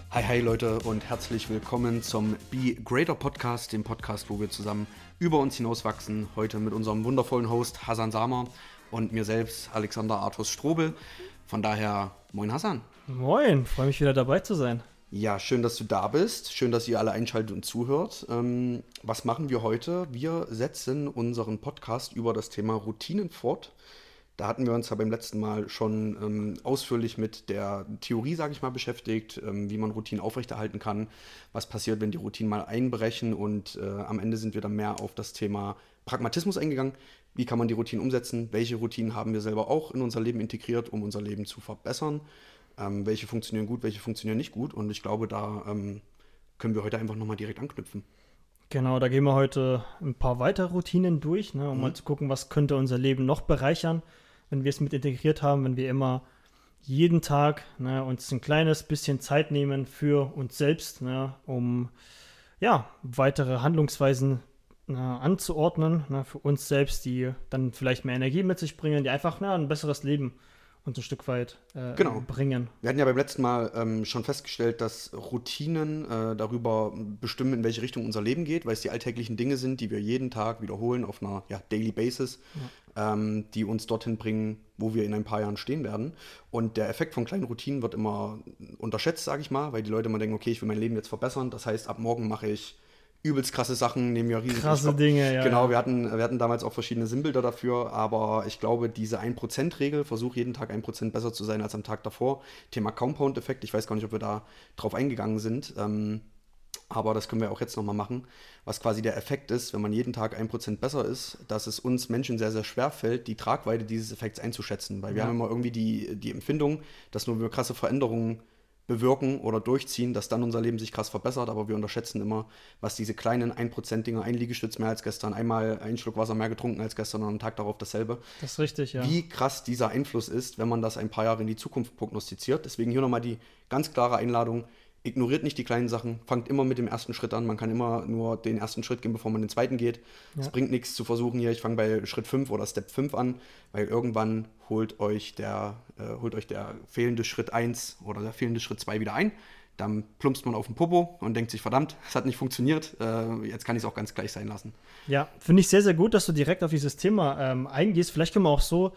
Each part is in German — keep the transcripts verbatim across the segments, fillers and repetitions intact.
Hi, hi Leute und herzlich willkommen zum Be Greater Podcast, dem Podcast, wo wir zusammen über uns hinauswachsen. Heute mit unserem wundervollen Host Hasan Samer und mir selbst, Alexander Arthus Strobel. Von daher, moin Hasan. Moin, freue mich wieder dabei zu sein. Ja, schön, dass du da bist. Schön, dass ihr alle einschaltet und zuhört. Ähm, was machen wir heute? Wir setzen unseren Podcast über das Thema Routinen fort. Da hatten wir uns ja beim letzten Mal schon ähm, ausführlich mit der Theorie, sage ich mal, beschäftigt, ähm, wie man Routinen aufrechterhalten kann, was passiert, wenn die Routinen mal einbrechen und äh, am Ende sind wir dann mehr auf das Thema Pragmatismus eingegangen. Wie kann man die Routinen umsetzen? Welche Routinen haben wir selber auch in unser Leben integriert, um unser Leben zu verbessern? Ähm, welche funktionieren gut, welche funktionieren nicht gut? Und ich glaube, da ähm, können wir heute einfach nochmal direkt anknüpfen. Genau, da gehen wir heute ein paar weitere Routinen durch, ne, um Mhm. mal zu gucken, was könnte unser Leben noch bereichern, wenn wir es mit integriert haben, wenn wir immer jeden Tag ne, uns ein kleines bisschen Zeit nehmen für uns selbst, ne, um ja, weitere Handlungsweisen ne, anzuordnen, ne, für uns selbst, die dann vielleicht mehr Energie mit sich bringen, die einfach ne, ein besseres Leben uns ein Stück weit äh, Genau. bringen. Wir hatten ja beim letzten Mal ähm, schon festgestellt, dass Routinen äh, darüber bestimmen, in welche Richtung unser Leben geht, weil es die alltäglichen Dinge sind, die wir jeden Tag wiederholen auf einer ja, Daily Basis, ähm, die uns dorthin bringen, wo wir in ein paar Jahren stehen werden. Und der Effekt von kleinen Routinen wird immer unterschätzt, sage ich mal, weil die Leute immer denken, okay, ich will mein Leben jetzt verbessern. Das heißt, ab morgen mache ich übelst krasse Sachen, nehmen wir riesig. Krasse ich glaub, Dinge, ja. Genau, ja. wir hatten, wir hatten damals auch verschiedene Sinnbilder dafür, aber ich glaube, diese ein Prozent Regel, versuch jeden Tag ein Prozent besser zu sein als am Tag davor. Thema Compound-Effekt, ich weiß gar nicht, ob wir da drauf eingegangen sind, ähm, aber das können wir auch jetzt nochmal machen, was quasi der Effekt ist, wenn man jeden Tag ein Prozent besser ist, dass es uns Menschen sehr, sehr schwer fällt, die Tragweite dieses Effekts einzuschätzen, weil wir Ja. haben immer irgendwie die, die Empfindung, dass nur wir krasse Veränderungen bewirken oder durchziehen, dass dann unser Leben sich krass verbessert, aber wir unterschätzen immer, was diese kleinen ein Prozent Dinger, ein Liegestütz mehr als gestern, einmal einen Schluck Wasser mehr getrunken als gestern und am Tag darauf dasselbe, Das ist richtig, ja. wie krass dieser Einfluss ist, wenn man das ein paar Jahre in die Zukunft prognostiziert. Deswegen hier nochmal die ganz klare Einladung, ignoriert nicht die kleinen Sachen, fangt immer mit dem ersten Schritt an. Man kann immer nur den ersten Schritt gehen, bevor man den zweiten geht. Es Ja. bringt nichts zu versuchen, hier, ich fange bei Schritt fünf oder Step fünf an, weil irgendwann holt euch der, äh, holt euch der fehlende Schritt eins oder der fehlende Schritt zwei wieder ein. Dann plumpst man auf den Popo und denkt sich, verdammt, es hat nicht funktioniert, äh, jetzt kann ich es auch ganz gleich sein lassen. Ja, finde ich sehr, sehr gut, dass du direkt auf dieses Thema ähm, eingehst. Vielleicht können wir auch so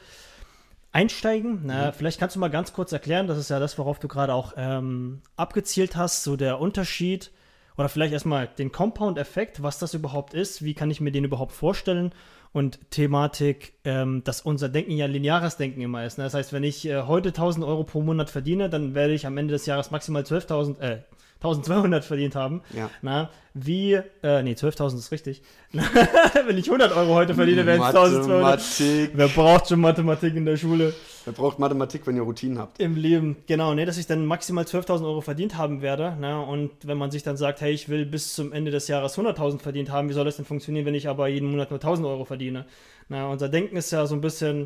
einsteigen. Na, Mhm. Vielleicht kannst du mal ganz kurz erklären, das ist ja das, worauf du gerade auch ähm, abgezielt hast, so der Unterschied oder vielleicht erstmal den Compound-Effekt, was das überhaupt ist, wie kann ich mir den überhaupt vorstellen und Thematik, ähm, dass unser Denken ja lineares Denken immer ist. Ne? Das heißt, wenn ich äh, heute tausend Euro pro Monat verdiene, dann werde ich am Ende des Jahres maximal zwölftausend, äh, zwölfhundertzweihundert verdient haben. Ja. Na, wie, äh, nee, zwölftausend ist richtig. Wenn ich hundert Euro heute verdiene, wären es eintausendzweihundert. Mathematik. Wer braucht schon Mathematik in der Schule? Wer braucht Mathematik, wenn ihr Routinen habt? Im Leben, genau, ne, dass ich dann maximal zwölftausend Euro verdient haben werde. Ne, und wenn man sich dann sagt, hey, ich will bis zum Ende des Jahres hunderttausend verdient haben, wie soll das denn funktionieren, wenn ich aber jeden Monat nur tausend Euro verdiene? Na, unser Denken ist ja so ein bisschen,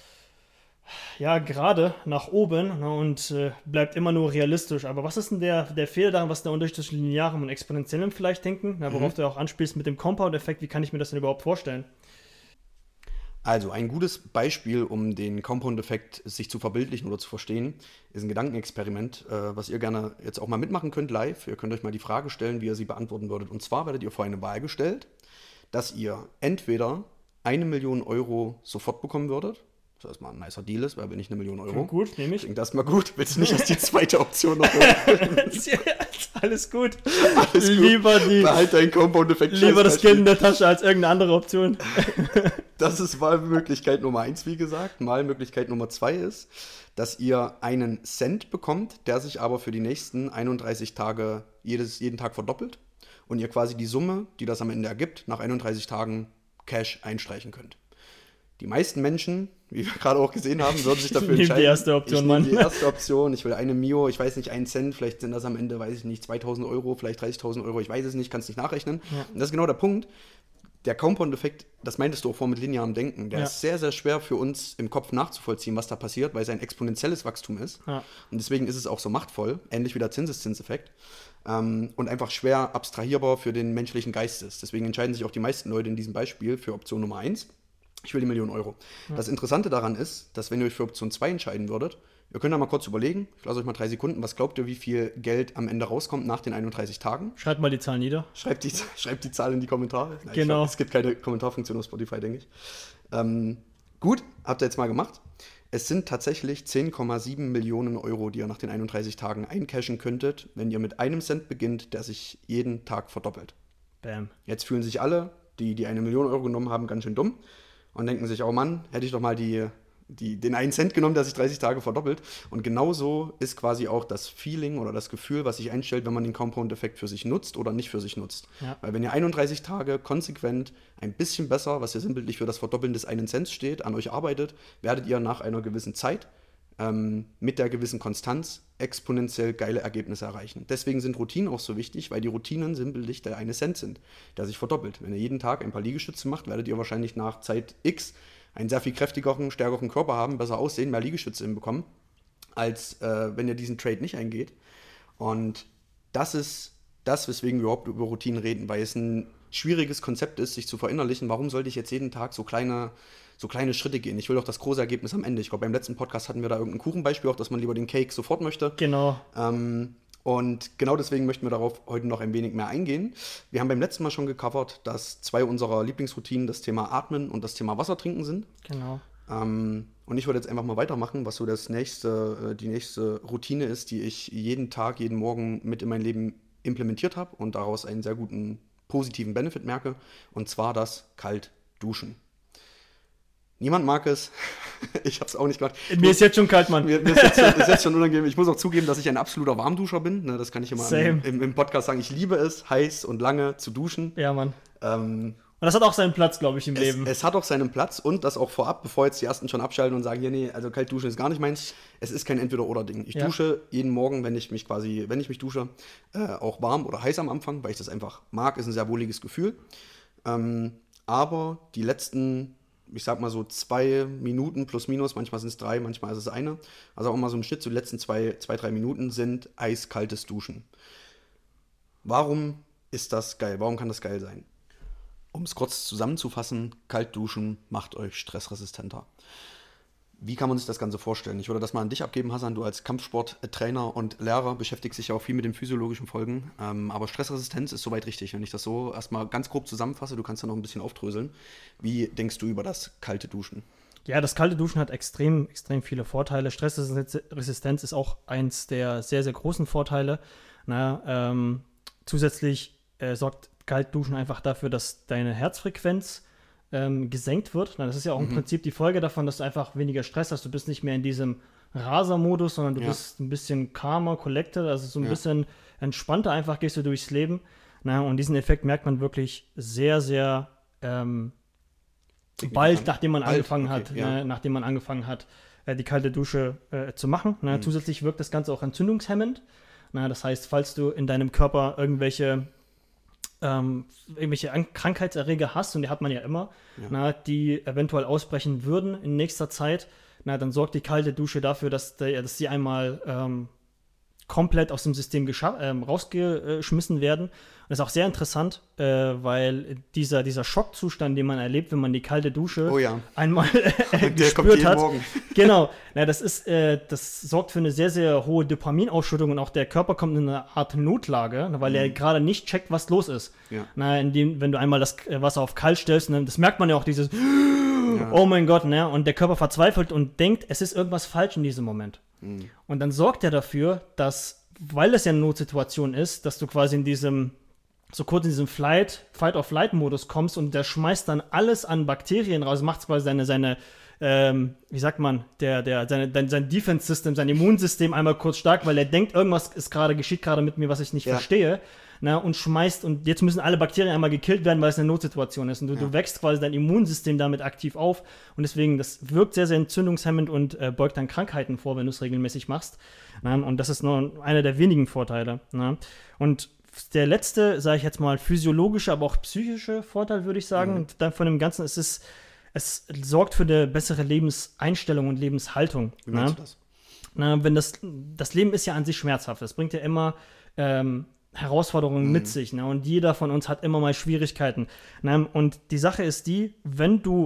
ja, gerade nach oben ne, und äh, bleibt immer nur realistisch. Aber was ist denn der, der Fehler daran, was ist der Unterschied zwischen linearem und exponentiellem vielleicht denken? Na, worauf Mhm. du ja auch anspielst mit dem Compound-Effekt, wie kann ich mir das denn überhaupt vorstellen? Also ein gutes Beispiel, um den Compound-Effekt sich zu verbildlichen oder zu verstehen, ist ein Gedankenexperiment, äh, was ihr gerne jetzt auch mal mitmachen könnt live. Ihr könnt euch mal die Frage stellen, wie ihr sie beantworten würdet. Und zwar werdet ihr vor eine Wahl gestellt, dass ihr entweder eine Million Euro sofort bekommen würdet, was erstmal ein nicer Deal ist, weil wenn nicht eine Million Euro. Klingt gut, nehme ich. Klingt erstmal gut. Willst du nicht, dass die zweite Option noch kommt? Alles gut. Alles gut. Lieber die, Behalt deinen Compound-Effekt. lieber das Scheißbeispiel. Geld in der Tasche als irgendeine andere Option. Das ist Wahlmöglichkeit Nummer eins, wie gesagt. Wahlmöglichkeit Nummer zwei ist, dass ihr einen Cent bekommt, der sich aber für die nächsten einunddreißig Tage jedes, jeden Tag verdoppelt und ihr quasi die Summe, die das am Ende ergibt, nach einunddreißig Tagen Cash einstreichen könnt. Die meisten Menschen, wie wir gerade auch gesehen haben, würden sich dafür Ich nehme die entscheiden. erste Option, ich nehme Mann. die erste Option. Ich will eine Mio, ich weiß nicht, einen Cent, vielleicht sind das am Ende, weiß ich nicht, zweitausend Euro, vielleicht dreißigtausend Euro, ich weiß es nicht, kann es nicht nachrechnen. Ja. Und das ist genau der Punkt. Der Compound-Effekt, das meintest du auch vor mit linearem Denken, der Ja. ist sehr, sehr schwer für uns im Kopf nachzuvollziehen, was da passiert, weil es ein exponentielles Wachstum ist. Ja. Und deswegen ist es auch so machtvoll, ähnlich wie der Zinseszinseffekt. Ähm, und einfach schwer abstrahierbar für den menschlichen Geist ist. Deswegen entscheiden sich auch die meisten Leute in diesem Beispiel für Option Nummer eins. Ich will die Million Euro. Ja. Das Interessante daran ist, dass wenn ihr euch für Option zwei entscheiden würdet, Ihr könnt da mal kurz überlegen, ich lasse euch mal drei Sekunden, was glaubt ihr, wie viel Geld am Ende rauskommt nach den einunddreißig Tagen? Schreibt mal die Zahl nieder. Schreibt die, schreibt die Zahl in die Kommentare. Nein, genau. Glaub, es gibt keine Kommentarfunktion auf Spotify, denke ich. Ähm, gut, habt ihr jetzt mal gemacht. Es sind tatsächlich zehn Komma sieben Millionen Euro, die ihr nach den einunddreißig Tagen eincashen könntet, wenn ihr mit einem Cent beginnt, der sich jeden Tag verdoppelt. Bam. Jetzt fühlen sich alle, die die eine Million Euro genommen haben, ganz schön dumm und denken sich, oh Mann, hätte ich doch mal die... Die, den einen Cent genommen, der sich dreißig Tage verdoppelt. Und genauso ist quasi auch das Feeling oder das Gefühl, was sich einstellt, wenn man den Compound-Effekt für sich nutzt oder nicht für sich nutzt. Ja. Weil wenn ihr einunddreißig Tage konsequent ein bisschen besser, was ja sinnbildlich für das Verdoppeln des einen Cent steht, an euch arbeitet, werdet ihr nach einer gewissen Zeit ähm, mit der gewissen Konstanz exponentiell geile Ergebnisse erreichen. Deswegen sind Routinen auch so wichtig, weil die Routinen sinnbildlich der eine Cent sind, der sich verdoppelt. Wenn ihr jeden Tag ein paar Liegestütze macht, werdet ihr wahrscheinlich nach Zeit X einen sehr viel kräftigeren, stärkeren Körper haben, besser aussehen, mehr Liegestütze hinbekommen, als äh, wenn ihr diesen Trade nicht eingeht. Und das ist das, weswegen wir überhaupt über Routinen reden, weil es ein schwieriges Konzept ist, sich zu verinnerlichen, warum sollte ich jetzt jeden Tag so kleine, so kleine Schritte gehen? Ich will doch das große Ergebnis am Ende. Ich glaube, beim letzten Podcast hatten wir da irgendein Kuchenbeispiel, auch dass man lieber den Cake sofort möchte. Genau. Ähm, Und genau deswegen möchten wir darauf heute noch ein wenig mehr eingehen. Wir haben beim letzten Mal schon gecovert, dass zwei unserer Lieblingsroutinen das Thema Atmen und das Thema Wasser trinken sind. Genau. Ähm, und ich würde jetzt einfach mal weitermachen, was so das nächste, die nächste Routine ist, die ich jeden Tag, jeden Morgen mit in mein Leben implementiert habe und daraus einen sehr guten positiven Benefit merke. Und zwar das Kaltduschen. Niemand mag es. Ich habe es auch nicht gemacht. Mir ist jetzt schon kalt, Mann. Mir, mir ist, jetzt, ist jetzt schon unangenehm. Ich muss auch zugeben, dass ich ein absoluter Warmduscher bin. Ne, das kann ich immer im, im, im Podcast sagen. Ich liebe es, heiß und lange zu duschen. Ja, Mann. Ähm, und das hat auch seinen Platz, glaube ich, im es, Leben. Es hat auch seinen Platz und das auch vorab, bevor jetzt die Ersten schon abschalten und sagen, hier, nee, also kalt duschen ist gar nicht meins. Es ist kein Entweder-Oder-Ding. Ich ja. dusche jeden Morgen, wenn ich mich quasi, wenn ich mich dusche, äh, auch warm oder heiß am Anfang, weil ich das einfach mag. Ist ein sehr wohliges Gefühl. Ähm, aber die letzten... ich sag mal so zwei Minuten plus minus, manchmal sind es drei, manchmal ist es eine. Also auch mal so im Schnitt, so die letzten zwei, zwei, drei Minuten sind eiskaltes Duschen. Warum ist das geil? Warum kann das geil sein? Um es kurz zusammenzufassen, kalt duschen macht euch stressresistenter. Wie kann man sich das Ganze vorstellen? Ich würde das mal an dich abgeben, Hasan. Du als Kampfsporttrainer und Lehrer beschäftigst dich ja auch viel mit den physiologischen Folgen. Ähm, aber Stressresistenz ist soweit richtig. Wenn ich das so erstmal ganz grob zusammenfasse, du kannst da noch ein bisschen aufdröseln. Wie denkst du über das kalte Duschen? Ja, das kalte Duschen hat extrem, extrem viele Vorteile. Stressresistenz ist auch eins der sehr, sehr großen Vorteile. Na, ähm, zusätzlich äh, sorgt Kaltduschen einfach dafür, dass deine Herzfrequenz Ähm, gesenkt wird. Na, das ist ja auch im mhm. Prinzip die Folge davon, dass du einfach weniger Stress hast. Du bist nicht mehr in diesem Raser-Modus, sondern du ja. bist ein bisschen calmer, collected, also so ein ja. bisschen entspannter einfach gehst du durchs Leben. Na, und diesen Effekt merkt man wirklich sehr, sehr ähm, bald, nachdem man bald? angefangen okay, hat, ja. ne, nachdem man angefangen hat, äh, die kalte Dusche äh, zu machen. Na, mhm. Zusätzlich wirkt das Ganze auch entzündungshemmend. Na, das heißt, falls du in deinem Körper irgendwelche Ähm, irgendwelche An- Krankheitserreger hast, und die hat man ja immer, ja. na, die eventuell ausbrechen würden in nächster Zeit, na, dann sorgt die kalte Dusche dafür, dass, der, dass sie einmal ähm, komplett aus dem System gescha- ähm, rausgeschmissen werden. Und das ist auch sehr interessant, äh, weil dieser, dieser Schockzustand, den man erlebt, wenn man die kalte Dusche oh ja. einmal äh, gespürt hat. Morgen. Genau, na, das ist, äh, das sorgt für eine sehr, sehr hohe Dopaminausschüttung und auch der Körper kommt in eine Art Notlage, weil mhm. er gerade nicht checkt, was los ist. Ja. Na, indem, wenn du einmal das Wasser auf kalt stellst, ne, das merkt man ja auch, dieses ja. oh mein Gott, ne, und der Körper verzweifelt und denkt, es ist irgendwas falsch in diesem Moment. Mhm. Und dann sorgt er dafür, dass, weil es ja eine Notsituation ist, dass du quasi in diesem so kurz in diesem Flight, Fight-or-Flight-Modus kommst und der schmeißt dann alles an Bakterien raus, macht quasi seine, seine ähm, wie sagt man, der, der, seine, sein Defense-System, sein Immunsystem einmal kurz stark, weil er denkt, irgendwas ist gerade, geschieht gerade mit mir, was ich nicht ja. verstehe, na, und schmeißt, und jetzt müssen alle Bakterien einmal gekillt werden, weil es eine Notsituation ist. Und du, ja. du wächst quasi dein Immunsystem damit aktiv auf, und deswegen, das wirkt sehr, sehr entzündungshemmend und äh, beugt dann Krankheiten vor, wenn du es regelmäßig machst. Na, und das ist nur einer der wenigen Vorteile. Na. Und der letzte, sage ich jetzt mal, physiologische, aber auch psychische Vorteil, würde ich sagen, mhm. dann von dem Ganzen ist es, es sorgt für eine bessere Lebenseinstellung und Lebenshaltung. Wie meinst du das? Na, wenn das, das Leben ist ja an sich schmerzhaft. Das bringt ja immer ähm, Herausforderungen mhm. mit sich. Ne? Und jeder von uns hat immer mal Schwierigkeiten. Ne? Und die Sache ist die, wenn du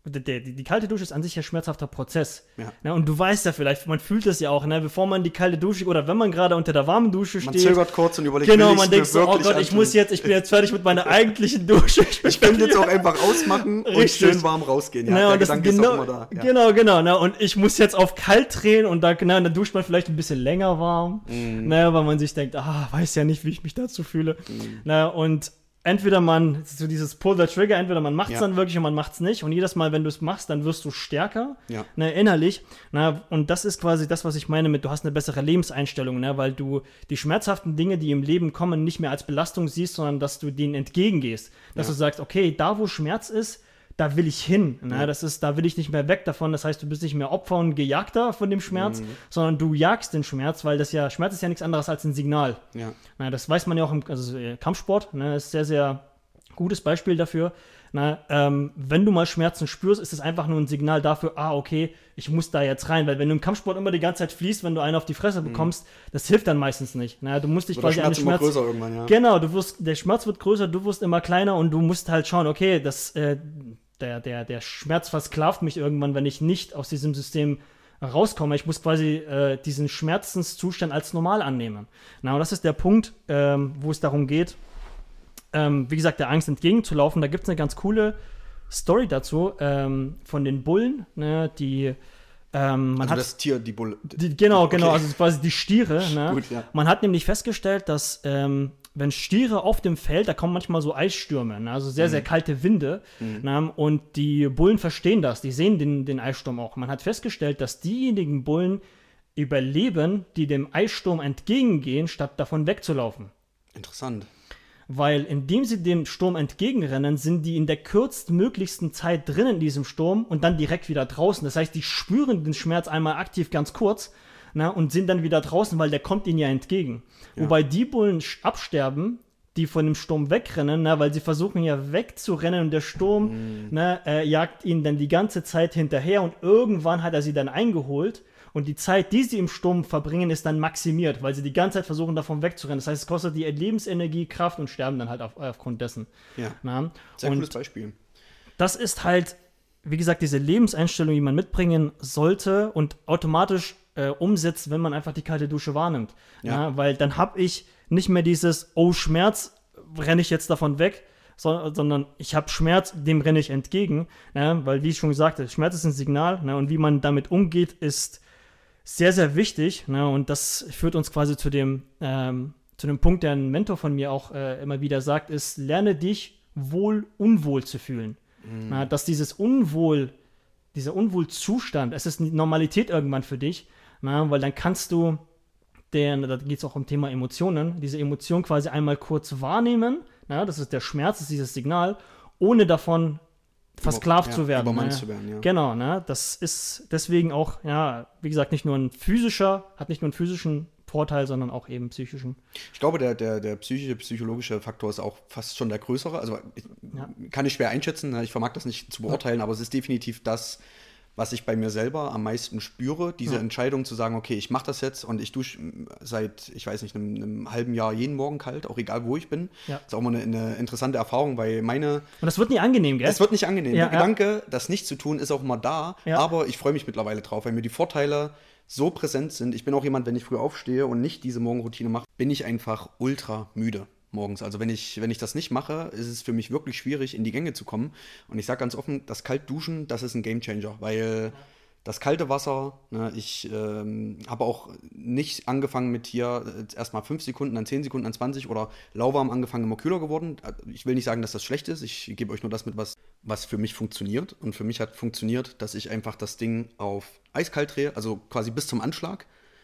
die, die, die kalte Dusche ist an sich ein schmerzhafter Prozess. Ja. Ne? Und du weißt ja vielleicht, man fühlt das ja auch, ne? Bevor man die kalte Dusche, oder wenn man gerade unter der warmen Dusche Man steht. zögert kurz und überlegt, genau, will man ich's denkt mir so, oh wirklich Gott, ich antun? muss jetzt, ich bin jetzt fertig mit meiner eigentlichen Dusche. Ich, Ich könnte jetzt auch einfach ausmachen und Richtig. schön warm rausgehen. Ja, Ne, der und das Gedanke genau, ist auch immer da. Ja. Genau, genau. Ne? Und ich muss jetzt auf kalt drehen und da, genau, dann duscht man vielleicht ein bisschen länger warm, Mhm. ne? Weil man sich denkt, ah, weiß ja nicht, wie ich mich dazu fühle. Mhm. Ne? Und entweder man, so dieses Pull the Trigger, entweder man macht es Ja. dann wirklich und man macht es nicht. Und jedes Mal, wenn du es machst, dann wirst du stärker, Ja. ne, innerlich. Ne? Und das ist quasi das, was ich meine mit, du hast eine bessere Lebenseinstellung, ne? Weil du die schmerzhaften Dinge, die im Leben kommen, nicht mehr als Belastung siehst, sondern dass du denen entgegengehst. Dass Ja. du sagst, okay, da wo Schmerz ist, da will ich hin. Ne? Ja. Das ist, da will ich nicht mehr weg davon. Das heißt, du bist nicht mehr Opfer und Gejagter von dem Schmerz, Mhm. sondern du jagst den Schmerz, weil das ja, Schmerz ist ja nichts anderes als ein Signal. Ja. Na, das weiß man ja auch im also, äh, Kampfsport, ne, ist sehr, sehr gutes Beispiel dafür. Na, ähm, wenn du mal Schmerzen spürst, ist es einfach nur ein Signal dafür, ah, okay, ich muss da jetzt rein. Weil wenn du im Kampfsport immer die ganze Zeit fließt, wenn du einen auf die Fresse bekommst, das hilft dann meistens nicht. Na, du musst dich Wird der quasi an Schmerz den immer Schmerz... größer irgendwann, ja. Genau, du wirst, der Schmerz wird größer, du wirst immer kleiner und du musst halt schauen, okay, das, äh, der, der, der Schmerz versklavt mich irgendwann, wenn ich nicht aus diesem System rauskomme. Ich muss quasi äh, diesen Schmerzenszustand als normal annehmen. Na, und das ist der Punkt, ähm, wo es darum geht, ähm, wie gesagt, der Angst entgegenzulaufen. Da gibt es eine ganz coole Story dazu ähm, von den Bullen, ne, die ähm, man Also hat das Tier, die Bulle. die, genau, Okay. genau, also quasi die Stiere. Ne? Gut, ja. Man hat nämlich festgestellt, dass ähm, wenn Stiere auf dem Feld, da kommen manchmal so Eisstürme, ne? Also sehr, sehr kalte Winde. Ne? Und die Bullen verstehen das, die sehen den, den Eissturm auch. Man hat festgestellt, dass diejenigen Bullen überleben, die dem Eissturm entgegengehen, statt davon wegzulaufen. Interessant. Weil indem sie dem Sturm entgegenrennen, sind die in der kürztmöglichsten Zeit drin in diesem Sturm und dann direkt wieder draußen. Das heißt, die spüren den Schmerz einmal aktiv ganz kurz, ne, und sind dann wieder draußen, weil der kommt ihnen ja entgegen. Ja. Wobei die Bullen sch- absterben, die von dem Sturm wegrennen, ne, weil sie versuchen ja wegzurennen und der Sturm Mhm. ne, äh, jagt ihnen dann die ganze Zeit hinterher und irgendwann hat er sie dann eingeholt. Und die Zeit, die sie im Sturm verbringen, ist dann maximiert, weil sie die ganze Zeit versuchen, davon wegzurennen. Das heißt, es kostet die Lebensenergie, Kraft und sterben dann halt auf, aufgrund dessen. Ja. Na? Sehr Und cooles Beispiel. das ist halt, wie gesagt, diese Lebenseinstellung, die man mitbringen sollte und automatisch äh, umsetzt, wenn man einfach die kalte Dusche wahrnimmt. Ja. Ja, weil dann habe ich nicht mehr dieses, oh, Schmerz, renne ich jetzt davon weg, so, sondern ich habe Schmerz, dem renne ich entgegen. Ja, weil, wie ich schon gesagt habe, Schmerz ist ein Signal, ne, und wie man damit umgeht, ist sehr, sehr wichtig. Ne, und das führt uns quasi zu dem, ähm, zu dem Punkt, der ein Mentor von mir auch äh, immer wieder sagt, ist, lerne dich wohl unwohl zu fühlen. Na, dass dieses Unwohl, dieser Unwohlzustand, es ist Normalität irgendwann für dich, na, weil dann kannst du, den, da geht es auch um Thema Emotionen, diese Emotion quasi einmal kurz wahrnehmen, na, das ist der Schmerz, das ist dieses Signal, ohne davon versklavt ja, zu werden. übermannt ne? zu werden, ja. Genau, ne, das ist deswegen auch, ja, wie gesagt, nicht nur ein physischer, hat nicht nur einen physischen Vorteil, sondern auch eben psychischen. Ich glaube, der, der, der psychische, psychologische Faktor ist auch fast schon der größere. Also ich, Ja. kann ich schwer einschätzen, ne? Ich vermag das nicht zu beurteilen, aber es ist definitiv das, was ich bei mir selber am meisten spüre. Diese Ja. Entscheidung zu sagen, okay, ich mache das jetzt und ich dusche seit, ich weiß nicht, einem, einem halben Jahr jeden Morgen kalt, auch egal wo ich bin. Ja. Ist auch immer eine, eine interessante Erfahrung, weil meine Und das wird nie angenehm, gell? Es wird nicht angenehm. Ja, der ja. Gedanke, das nicht zu tun, ist auch immer da. Ja. Aber ich freue mich mittlerweile drauf, weil mir die Vorteile so präsent sind. Ich bin auch jemand, wenn ich früh aufstehe und nicht diese Morgenroutine mache, bin ich einfach ultra müde morgens. Also wenn ich, wenn ich das nicht mache, ist es für mich wirklich schwierig, in die Gänge zu kommen. Und ich sage ganz offen, das Kaltduschen, das ist ein Gamechanger, weil das kalte Wasser, ne, ich ähm, habe auch nicht angefangen mit hier äh, erstmal fünf Sekunden, dann zehn Sekunden, dann zwanzig oder lauwarm angefangen, immer kühler geworden. Ich will nicht sagen, dass das schlecht ist. Ich gebe euch nur das mit, was, was für mich funktioniert. Und für mich hat funktioniert, dass ich einfach das Ding auf eiskalt drehe, also quasi bis zum Anschlag.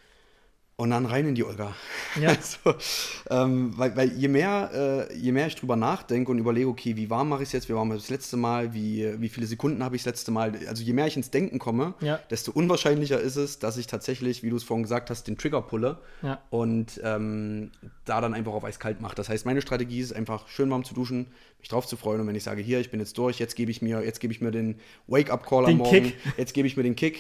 Und dann rein in die Olga. Ja. Also, ähm, weil, weil je mehr, äh, je mehr ich drüber nachdenke und überlege, okay, wie warm mache ich es jetzt, wie warm habe ich das letzte Mal, wie, wie viele Sekunden habe ich das letzte Mal, also je mehr ich ins Denken komme, Ja. desto unwahrscheinlicher ist es, dass ich tatsächlich, wie du es vorhin gesagt hast, den Trigger pulle Ja. und ähm, da dann einfach auf eiskalt mache. Das heißt, meine Strategie ist einfach schön warm zu duschen, mich drauf zu freuen und wenn ich sage, hier, ich bin jetzt durch, jetzt gebe ich mir, jetzt gebe ich mir den Wake-up-Call am Den Morgen, Kick. jetzt gebe ich mir den Kick.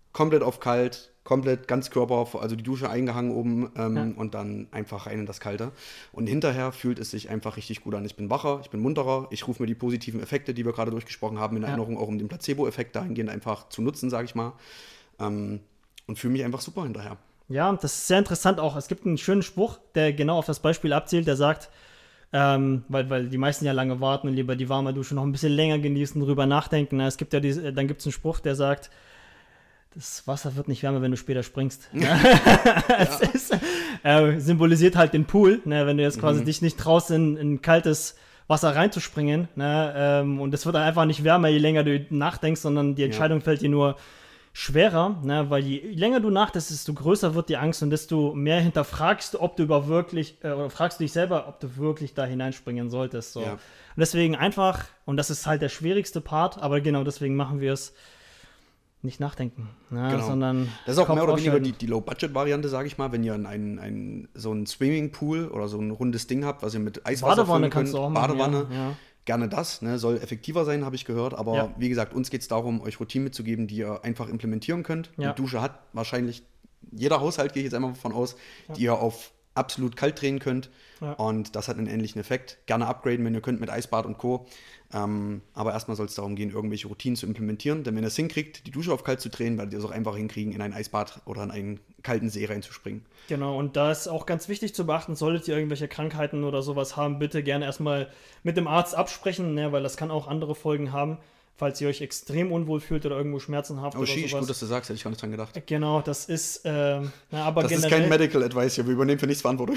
komplett auf kalt, komplett ganz Körper, also die Dusche eingehangen oben ähm, ja. und dann einfach rein in das Kalte. Und hinterher fühlt es sich einfach richtig gut an. Ich bin wacher, ich bin munterer, ich rufe mir die positiven Effekte, die wir gerade durchgesprochen haben, in Erinnerung, ja. auch um den Placebo-Effekt dahingehend einfach zu nutzen, sage ich mal. Ähm, und fühle mich einfach super hinterher. Ja, das ist sehr interessant auch. Es gibt einen schönen Spruch, der genau auf das Beispiel abzielt, der sagt, ähm, weil, weil die meisten ja lange warten und lieber die warme Dusche noch ein bisschen länger genießen, drüber nachdenken. Es gibt ja diese, dann gibt es einen Spruch, der sagt, das Wasser wird nicht wärmer, wenn du später springst. Ja. Es ist, äh, symbolisiert halt den Pool, ne? Wenn du jetzt quasi mhm. dich nicht traust, in, in kaltes Wasser reinzuspringen. Ne? Ähm, und es wird einfach nicht wärmer, je länger du nachdenkst, sondern die Entscheidung ja. fällt dir nur schwerer, ne? Weil je länger du nachdenkst, desto größer wird die Angst und desto mehr hinterfragst du, ob du über wirklich, äh, oder fragst du dich selber, ob du wirklich da hineinspringen solltest. So. Ja. Und deswegen einfach, und das ist halt der schwierigste Part, aber genau deswegen machen wir es, nicht nachdenken, ne, genau. sondern das ist auch Kopf mehr oder weniger die, die Low-Budget-Variante, sage ich mal, wenn ihr einen, einen, so einen Swimmingpool oder so ein rundes Ding habt, was ihr mit Eiswasser füllen könnt, auch Badewanne, ja, ja. gerne das, ne, soll effektiver sein, habe ich gehört, aber ja. wie gesagt, uns geht es darum, euch Routinen mitzugeben, die ihr einfach implementieren könnt. Ja. Die Dusche hat wahrscheinlich jeder Haushalt, gehe ich jetzt einmal davon aus, ja. die ihr auf absolut kalt drehen könnt ja. und das hat einen ähnlichen Effekt. Gerne upgraden, wenn ihr könnt, mit Eisbad und Co. Ähm, aber erstmal soll es darum gehen, irgendwelche Routinen zu implementieren, denn wenn ihr es hinkriegt, die Dusche auf kalt zu drehen, werdet ihr es auch einfach hinkriegen, in ein Eisbad oder in einen kalten See reinzuspringen. Genau, und da ist auch ganz wichtig zu beachten, solltet ihr irgendwelche Krankheiten oder sowas haben, bitte gerne erstmal mit dem Arzt absprechen, ne, weil das kann auch andere Folgen haben, falls ihr euch extrem unwohl fühlt oder irgendwo Schmerzen habt oh, oder sheesh, sowas. Gut, dass du sagst, hätte ich gar nicht dran gedacht. Genau, das ist, äh, na, aber das generell... ist kein Medical Advice hier, wir übernehmen für nichts Verantwortung.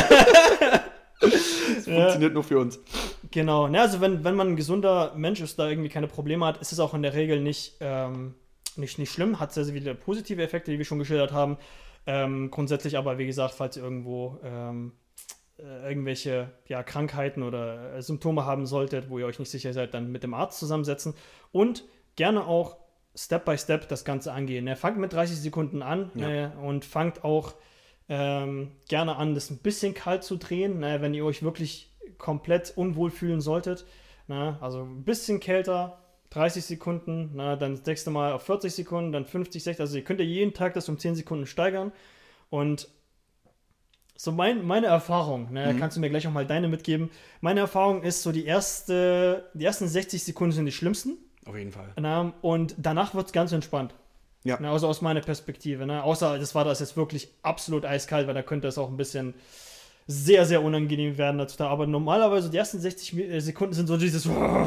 Das funktioniert ja. nur für uns. Genau, ne, also wenn, wenn man ein gesunder Mensch ist, da irgendwie keine Probleme hat, ist es auch in der Regel nicht, ähm, nicht, nicht schlimm, hat sehr, sehr viele positive Effekte, die wir schon geschildert haben. Ähm, grundsätzlich aber, wie gesagt, falls ihr irgendwo ähm, äh, irgendwelche ja, Krankheiten oder äh, Symptome haben solltet, wo ihr euch nicht sicher seid, dann mit dem Arzt zusammensetzen und gerne auch Step by Step das Ganze angehen. Ne? Fangt mit dreißig Sekunden an ja. ne? und fangt auch ähm, gerne an, das ein bisschen kalt zu drehen, ne? Wenn ihr euch wirklich komplett unwohl fühlen solltet. Ne? Also ein bisschen kälter, dreißig Sekunden, ne? Dann das nächste Mal auf vierzig Sekunden, dann fünfzig, sechzig. Also ihr könnt ja jeden Tag das um zehn Sekunden steigern. Und so mein, meine Erfahrung, ne? Mhm. Kannst du mir gleich auch mal deine mitgeben. Meine Erfahrung ist so, die, erste, die ersten sechzig Sekunden sind die schlimmsten. Auf jeden Fall. Ne? Und danach wird es ganz entspannt. Ja. Ne? Also aus meiner Perspektive. Ne? Außer das war das jetzt wirklich absolut eiskalt, weil da könnte es auch ein bisschen sehr, sehr unangenehm werden dazu da. Aber normalerweise die ersten sechzig Sekunden sind so dieses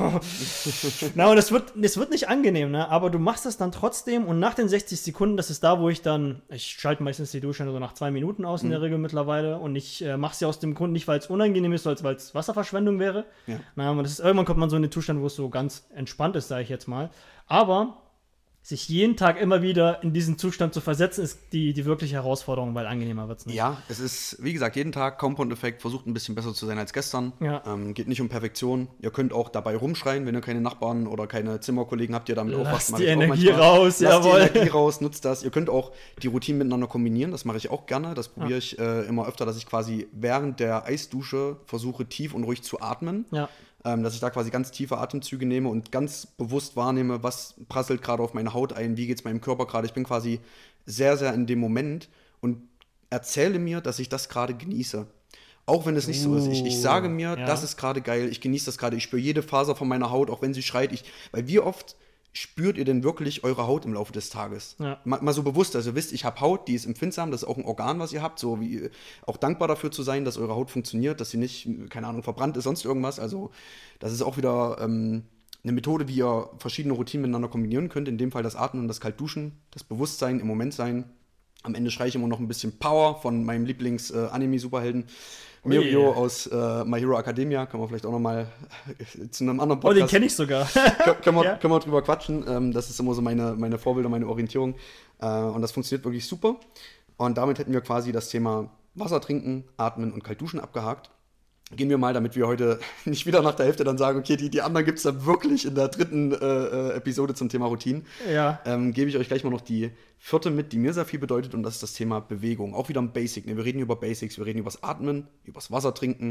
na, und es wird, es wird nicht angenehm, ne? Aber du machst das dann trotzdem und nach den sechzig Sekunden, das ist da, wo ich dann, ich schalte meistens die Dusche so nach zwei Minuten aus in mhm. der Regel mittlerweile und ich äh, mache sie aus dem Grund nicht, weil es unangenehm ist, sondern weil es Wasserverschwendung wäre. Ja. Na, und das ist, irgendwann kommt man so in den Zustand, wo es so ganz entspannt ist, sage ich jetzt mal. Aber sich jeden Tag immer wieder in diesen Zustand zu versetzen, ist die, die wirkliche Herausforderung, weil angenehmer wird es nicht. Ja, es ist, wie gesagt, jeden Tag Compound-Effekt, versucht ein bisschen besser zu sein als gestern. Ja. Ähm, geht nicht um Perfektion. Ihr könnt auch dabei rumschreien, wenn ihr keine Nachbarn oder keine Zimmerkollegen habt, die ihr damit aufwacht. Lasst die Energie raus, Lasst jawohl. die Energie raus, nutzt das. Ihr könnt auch die Routinen miteinander kombinieren, das mache ich auch gerne. Das probiere ja. ich äh, immer öfter, dass ich quasi während der Eisdusche versuche, tief und ruhig zu atmen. Ja. Ähm, dass ich da quasi ganz tiefe Atemzüge nehme und ganz bewusst wahrnehme, was prasselt gerade auf meine Haut ein, wie geht es meinem Körper gerade. Ich bin quasi sehr, sehr in dem Moment und erzähle mir, dass ich das gerade genieße. Auch wenn es nicht uh, so ist. Ich, ich sage mir, ja. das ist gerade geil, ich genieße das gerade, ich spüre jede Faser von meiner Haut, auch wenn sie schreit. Ich, weil wie oft spürt ihr denn wirklich eure Haut im Laufe des Tages? Ja. Mal, mal so bewusst, also ihr wisst, ich habe Haut, die ist empfindsam, das ist auch ein Organ, was ihr habt, so wie auch dankbar dafür zu sein, dass eure Haut funktioniert, dass sie nicht, keine Ahnung, verbrannt ist, sonst irgendwas. Also das ist auch wieder ähm, eine Methode, wie ihr verschiedene Routinen miteinander kombinieren könnt. In dem Fall das Atmen und das Kaltduschen, das Bewusstsein, im Moment sein. Am Ende schreie ich immer noch ein bisschen Power von meinem Lieblings-Anime-Superhelden. Mirio oh, aus äh, My Hero Academia, können wir vielleicht auch nochmal äh, zu einem anderen Podcast. Oh, den kenne ich sogar. Kön- können, wir, ja. können wir drüber quatschen. Ähm, das ist immer so meine, meine Vorbilder, meine Orientierung. Äh, und das funktioniert wirklich super. Und damit hätten wir quasi das Thema Wasser trinken, atmen und kalt duschen abgehakt. Gehen wir mal, damit wir heute nicht wieder nach der Hälfte dann sagen, okay, die, die anderen gibt es dann wirklich in der dritten äh, Episode zum Thema Routinen. Ja. Ähm, gebe ich euch gleich mal noch die vierte mit, die mir sehr viel bedeutet, und das ist das Thema Bewegung. Auch wieder ein Basic. Ne? Wir reden über Basics, wir reden über das Atmen, über das Wasser trinken,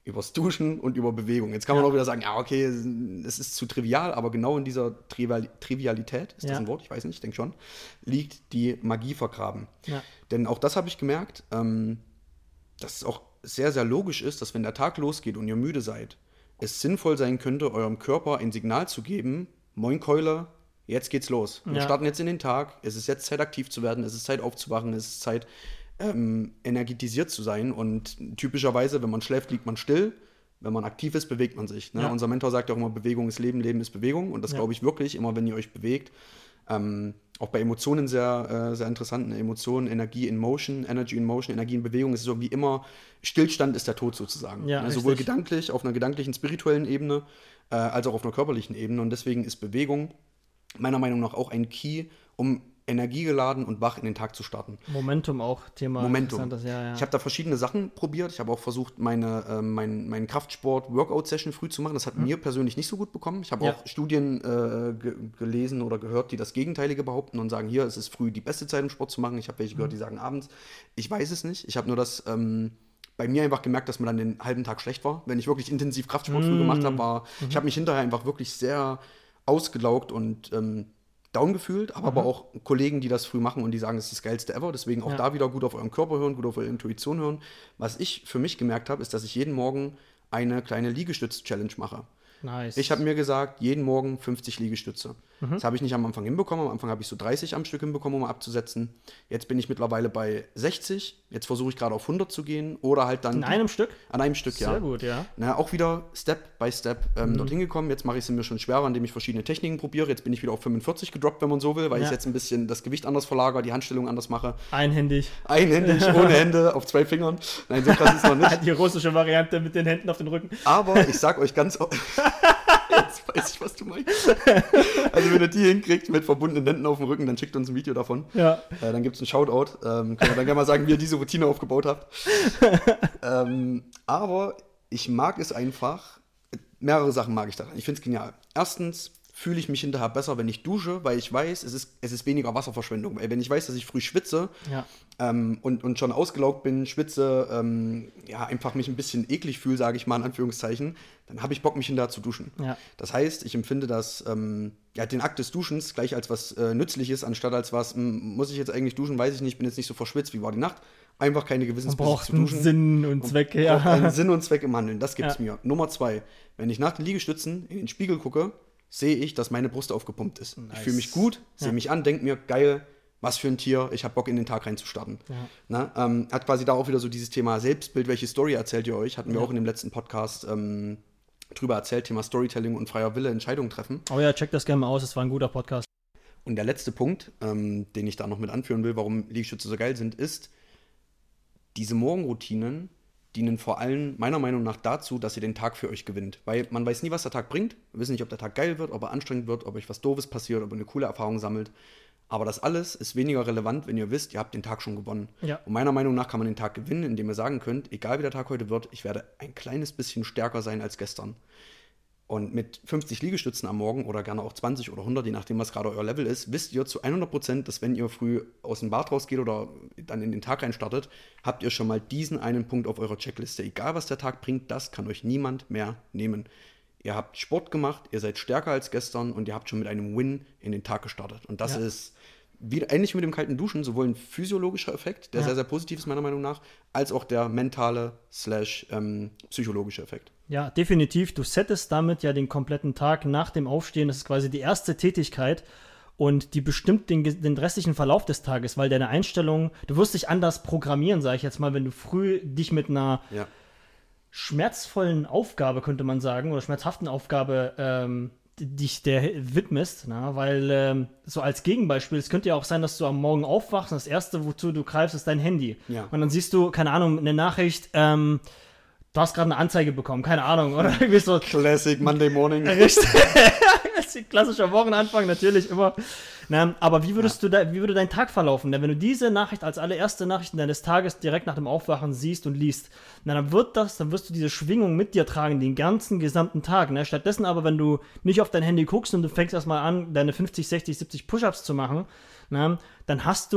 Übers Duschen und über Bewegung. Jetzt kann man Ja. auch wieder sagen, ja, okay, es ist zu trivial, aber genau in dieser Trivial- Trivialität, ist das Ja. ein Wort? Ich weiß nicht, ich denke schon, liegt die Magie vergraben. Ja. Denn auch das habe ich gemerkt, ähm, dass es auch sehr, sehr logisch ist, dass wenn der Tag losgeht und ihr müde seid, es sinnvoll sein könnte, eurem Körper ein Signal zu geben, moin Keule, jetzt geht's los. Wir Ja. starten jetzt in den Tag, es ist jetzt Zeit aktiv zu werden, es ist Zeit aufzuwachen, es ist Zeit ähm, energetisiert zu sein und typischerweise, wenn man schläft, liegt man still, wenn man aktiv ist, bewegt man sich. Ne? Ja. Unser Mentor sagt ja auch immer, Bewegung ist Leben, Leben ist Bewegung und das Ja. glaube ich wirklich, immer wenn ihr euch bewegt. Ähm, auch bei Emotionen sehr, äh, sehr interessant, ne? Emotionen, Energie in Motion, Energy in Motion, Energie in Bewegung, es ist irgendwie immer, Stillstand ist der Tod sozusagen. Ja, ne? Sowohl richtig. gedanklich, auf einer gedanklichen, spirituellen Ebene, äh, als auch auf einer körperlichen Ebene und deswegen ist Bewegung meiner Meinung nach auch ein Key, um energiegeladen und wach in den Tag zu starten. Momentum auch, Thema. Momentum. interessantes, Ja, ja. Ich habe da verschiedene Sachen probiert. Ich habe auch versucht, meine, äh, mein, mein Kraftsport-Workout-Session früh zu machen. Das hat mir persönlich nicht so gut bekommen. Ich habe Ja. auch Studien äh, ge gelesen oder gehört, die das Gegenteilige behaupten und sagen, hier, es ist früh die beste Zeit, um Sport zu machen. Ich habe welche gehört, die sagen abends. Ich weiß es nicht. Ich habe nur das ähm, bei mir einfach gemerkt, dass mir dann den halben Tag schlecht war. Wenn ich wirklich intensiv Kraftsport früh gemacht habe, war, ich habe mich hinterher einfach wirklich sehr ausgelaugt und ähm, down gefühlt, aber, aber auch Kollegen, die das früh machen und die sagen, es ist das Geilste ever. Deswegen auch Ja. da wieder gut auf euren Körper hören, gut auf eure Intuition hören. Was ich für mich gemerkt habe, ist, dass ich jeden Morgen eine kleine Liegestütz-Challenge mache. Nice. Ich habe mir gesagt, jeden Morgen fünfzig Liegestütze. Das habe ich nicht am Anfang hinbekommen. Am Anfang habe ich so dreißig am Stück hinbekommen, um abzusetzen. Jetzt bin ich mittlerweile bei sechzig. Jetzt versuche ich gerade auf hundert zu gehen oder halt dann In einem Stück? an einem Stück, ja. Sehr gut, ja. Na, auch wieder Step by Step ähm, dorthin gekommen. Jetzt mache ich es mir schon schwerer, indem ich verschiedene Techniken probiere. Jetzt bin ich wieder auf fünfundvierzig gedroppt, wenn man so will, weil Ja. ich jetzt ein bisschen das Gewicht anders verlagere, die Handstellung anders mache. Einhändig. Einhändig, ohne Hände, auf zwei Fingern. Nein, so krass ist noch nicht. Die russische Variante mit den Händen auf den Rücken. Aber ich sag euch ganz au- Jetzt weiß ich, was du meinst. Also wenn ihr die hinkriegt mit verbundenen Händen auf dem Rücken, dann schickt uns ein Video davon. Ja. Äh, dann gibt es einen Shoutout. Ähm, könnt ihr dann gerne mal sagen, wie ihr diese Routine aufgebaut habt. ähm, aber ich mag es einfach. Mehrere Sachen mag ich daran. Ich finde es genial. Erstens fühle ich mich hinterher besser, wenn ich dusche, weil ich weiß, es ist, es ist weniger Wasserverschwendung. Weil wenn ich weiß, dass ich früh schwitze Ja. ähm, und, und schon ausgelaugt bin, schwitze, ähm, ja, einfach mich ein bisschen eklig fühle, sage ich mal in Anführungszeichen, dann habe ich Bock, mich hinterher zu duschen. Ja. Das heißt, ich empfinde das, ähm, ja, den Akt des Duschens gleich als was äh, Nützliches, anstatt als was, m, muss ich jetzt eigentlich duschen, weiß ich nicht, bin jetzt nicht so verschwitzt, wie war die Nacht. Einfach keine Man Gewissensbisse braucht zu einen duschen. Sinn und Zweck, ja. Braucht einen Sinn und Zweck im Handeln, das gibt's Ja. mir. Nummer zwei, wenn ich nach den Liegestützen in den Spiegel gucke, sehe ich, dass meine Brust aufgepumpt ist. Nice. Ich fühle mich gut, sehe Ja. mich an, denke mir, geil, was für ein Tier, ich habe Bock in den Tag reinzustarten. Ja. Na, ähm, hat quasi da auch wieder so dieses Thema Selbstbild, welche Story erzählt ihr euch, hatten wir Ja. auch in dem letzten Podcast ähm, drüber erzählt, Thema Storytelling und freier Wille, Entscheidungen treffen. Oh ja, check das gerne mal aus, es war ein guter Podcast. Und der letzte Punkt, ähm, den ich da noch mit anführen will, warum Liegestütze so geil sind, ist, diese Morgenroutinen dienen vor allem meiner Meinung nach dazu, dass ihr den Tag für euch gewinnt. Weil man weiß nie, was der Tag bringt. Wir wissen nicht, ob der Tag geil wird, ob er anstrengend wird, ob euch was Doofes passiert, ob ihr eine coole Erfahrung sammelt. Aber das alles ist weniger relevant, wenn ihr wisst, ihr habt den Tag schon gewonnen. Ja. Und meiner Meinung nach kann man den Tag gewinnen, indem ihr sagen könnt, egal wie der Tag heute wird, ich werde ein kleines bisschen stärker sein als gestern. Und mit fünfzig Liegestützen am Morgen oder gerne auch zwanzig oder hundert, je nachdem, was gerade euer Level ist, wisst ihr zu hundert Prozent, dass wenn ihr früh aus dem Bad rausgeht oder dann in den Tag reinstartet, habt ihr schon mal diesen einen Punkt auf eurer Checkliste. Egal, was der Tag bringt, das kann euch niemand mehr nehmen. Ihr habt Sport gemacht, ihr seid stärker als gestern und ihr habt schon mit einem Win in den Tag gestartet. Und das Ja. ist wie, ähnlich wie mit dem kalten Duschen, sowohl ein physiologischer Effekt, der Ja. sehr, sehr positiv ist meiner Meinung nach, als auch der mentale slash ähm, psychologische Effekt. Ja, definitiv. Du settest damit ja den kompletten Tag nach dem Aufstehen. Das ist quasi die erste Tätigkeit und die bestimmt den, den restlichen Verlauf des Tages, weil deine Einstellung, du wirst dich anders programmieren, sage ich jetzt mal, wenn du früh dich mit einer Ja. schmerzvollen Aufgabe, könnte man sagen, oder schmerzhaften Aufgabe ähm, dich der widmest, na? Weil ähm, so als Gegenbeispiel, es könnte ja auch sein, dass du am Morgen aufwachst und das Erste, wozu du greifst, ist dein Handy. Ja. Und dann siehst du, keine Ahnung, eine Nachricht, ähm, du hast gerade eine Anzeige bekommen, keine Ahnung, oder irgendwie so. Classic Monday Morning. Richtig. Das ist ein klassischer Wochenanfang, natürlich immer. Na, aber wie würdest du da, wie würde dein Tag verlaufen? Denn wenn du diese Nachricht als allererste Nachricht deines Tages direkt nach dem Aufwachen siehst und liest, na, dann wird das, dann wirst du diese Schwingung mit dir tragen, den ganzen gesamten Tag. Ne? Stattdessen aber, wenn du nicht auf dein Handy guckst und du fängst erstmal an, deine fünfzig, sechzig, siebzig Push-Ups zu machen, na, dann hast du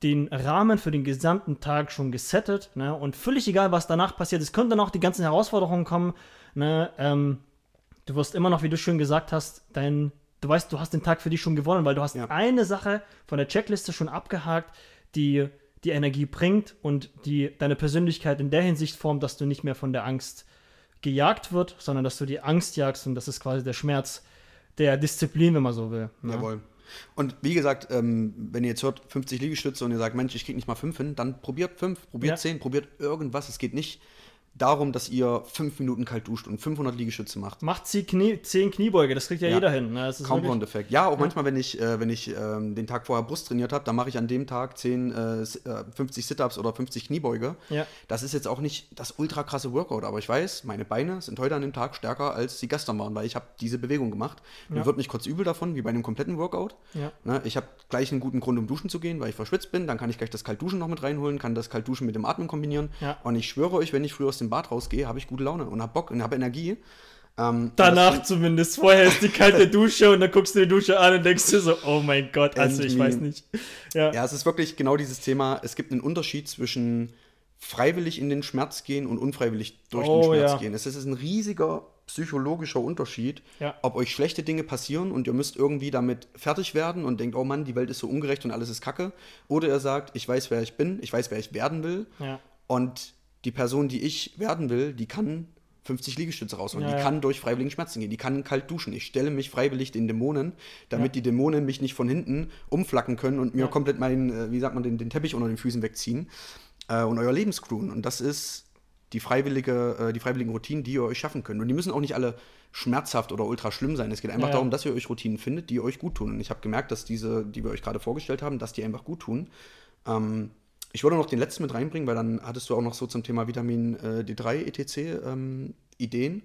den Rahmen für den gesamten Tag schon gesettet, ne? Und völlig egal, was danach passiert. Es können dann auch die ganzen Herausforderungen kommen, ne? Ähm, du wirst immer noch, wie du schön gesagt hast, dein, du weißt, du hast den Tag für dich schon gewonnen, weil du hast Ja. eine Sache von der Checkliste schon abgehakt, die die Energie bringt und die deine Persönlichkeit in der Hinsicht formt, dass du nicht mehr von der Angst gejagt wird, sondern dass du die Angst jagst und das ist quasi der Schmerz der Disziplin, wenn man so will. Ne? Jawohl. Und wie gesagt, ähm, wenn ihr jetzt hört, fünfzig Liegestütze und ihr sagt, Mensch, ich krieg nicht mal fünf hin, dann probiert fünf, probiert Ja. zehn, probiert irgendwas. Es geht nicht darum, dass ihr fünf Minuten kalt duscht und fünfhundert Liegestütze macht. Macht sie Knie, zehn Kniebeuge, das kriegt ja, Ja. jeder hin. Ne? Das ist wirklich- Compound-Effekt. Ja, auch manchmal, wenn ich, äh, wenn ich ähm, den Tag vorher Brust trainiert habe, dann mache ich an dem Tag zehn, äh, s- äh, fünfzig Sit-Ups oder fünfzig Kniebeuge. Ja. Das ist jetzt auch nicht das ultra krasse Workout, aber ich weiß, meine Beine sind heute an dem Tag stärker, als sie gestern waren, weil ich habe diese Bewegung gemacht. Mir Ja. wird nicht kurz übel davon, wie bei einem kompletten Workout. Ja. Ne, ich habe gleich einen guten Grund, um duschen zu gehen, weil ich verschwitzt bin. Dann kann ich gleich das Kaltduschen noch mit reinholen, kann das Kaltduschen mit dem Atmen kombinieren. Ja. Und ich schwöre euch, wenn ich früh aus dem Bad rausgehe, habe ich gute Laune und habe Bock und habe Energie. Ähm, Danach das- zumindest. Vorher ist die kalte Dusche und dann guckst du die Dusche an und denkst dir so, oh mein Gott, also ich And weiß me. nicht. Ja. Ja, es ist wirklich genau dieses Thema. Es gibt einen Unterschied zwischen freiwillig in den Schmerz gehen und unfreiwillig durch Oh, den Schmerz ja. gehen. Es ist ein riesiger psychologischer Unterschied, Ja. ob euch schlechte Dinge passieren und ihr müsst irgendwie damit fertig werden und denkt, oh Mann, die Welt ist so ungerecht und alles ist Kacke. Oder ihr sagt, ich weiß, wer ich bin, ich weiß, wer ich werden will. Ja. Und die Person, die ich werden will, die kann fünfzig Liegestütze rausholen. Ja, die ja. kann durch freiwilligen Schmerzen gehen. Die kann kalt duschen. Ich stelle mich freiwillig den Dämonen, damit Ja. die Dämonen mich nicht von hinten umflacken können und mir Ja. komplett meinen, äh, wie sagt man, den, den Teppich unter den Füßen wegziehen äh, und euer Leben screwen. Und das ist die freiwillige, äh, die freiwilligen Routinen, die ihr euch schaffen könnt. Und die müssen auch nicht alle schmerzhaft oder ultra schlimm sein. Es geht einfach Ja, ja. darum, dass ihr euch Routinen findet, die euch gut tun. Und ich habe gemerkt, dass diese, die wir euch gerade vorgestellt haben, dass die einfach gut tun. Ähm, ich würde noch den letzten mit reinbringen, weil dann hattest du auch noch so zum Thema Vitamin äh, D drei et cetera ähm, Ideen.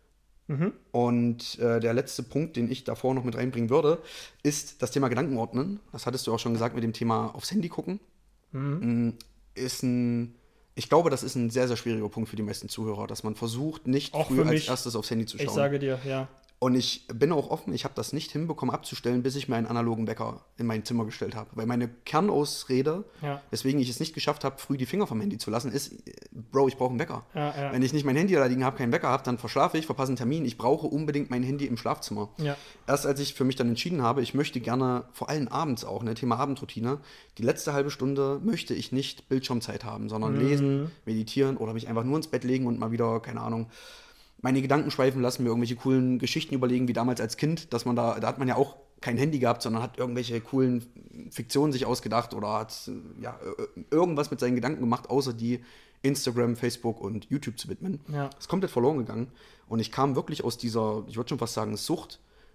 Mhm. Und äh, der letzte Punkt, den ich davor noch mit reinbringen würde, ist das Thema Gedankenordnen. Das hattest du auch schon gesagt mit dem Thema aufs Handy gucken. Mhm. Ist ein, ich glaube, das ist ein sehr, sehr schwieriger Punkt für die meisten Zuhörer, dass man versucht, nicht Auch früh für als mich. erstes aufs Handy zu schauen. Ich sage dir, ja. Und ich bin auch offen, ich habe das nicht hinbekommen abzustellen, bis ich mir einen analogen Wecker in mein Zimmer gestellt habe. Weil meine Kernausrede, Ja. weswegen ich es nicht geschafft habe, früh die Finger vom Handy zu lassen, ist, Bro, ich brauche einen Wecker. Ja, ja. Wenn ich nicht mein Handy da liegen habe, keinen Wecker habe, dann verschlafe ich, verpasse einen Termin. Ich brauche unbedingt mein Handy im Schlafzimmer. Ja. Erst als ich für mich dann entschieden habe, ich möchte gerne, vor allem abends auch, ne, Thema Abendroutine, die letzte halbe Stunde möchte ich nicht Bildschirmzeit haben, sondern Mhm. lesen, meditieren oder mich einfach nur ins Bett legen und mal wieder, keine Ahnung, meine Gedanken schweifen lassen, mir irgendwelche coolen Geschichten überlegen, wie damals als Kind, dass man da, da hat man ja auch kein Handy gehabt, sondern hat irgendwelche coolen Fiktionen sich ausgedacht oder hat äh, ja, äh, irgendwas mit seinen Gedanken gemacht, außer die Instagram, Facebook und YouTube zu widmen. Ja. Ist komplett verloren gegangen und ich kam wirklich aus dieser, ich würde schon fast sagen, Sucht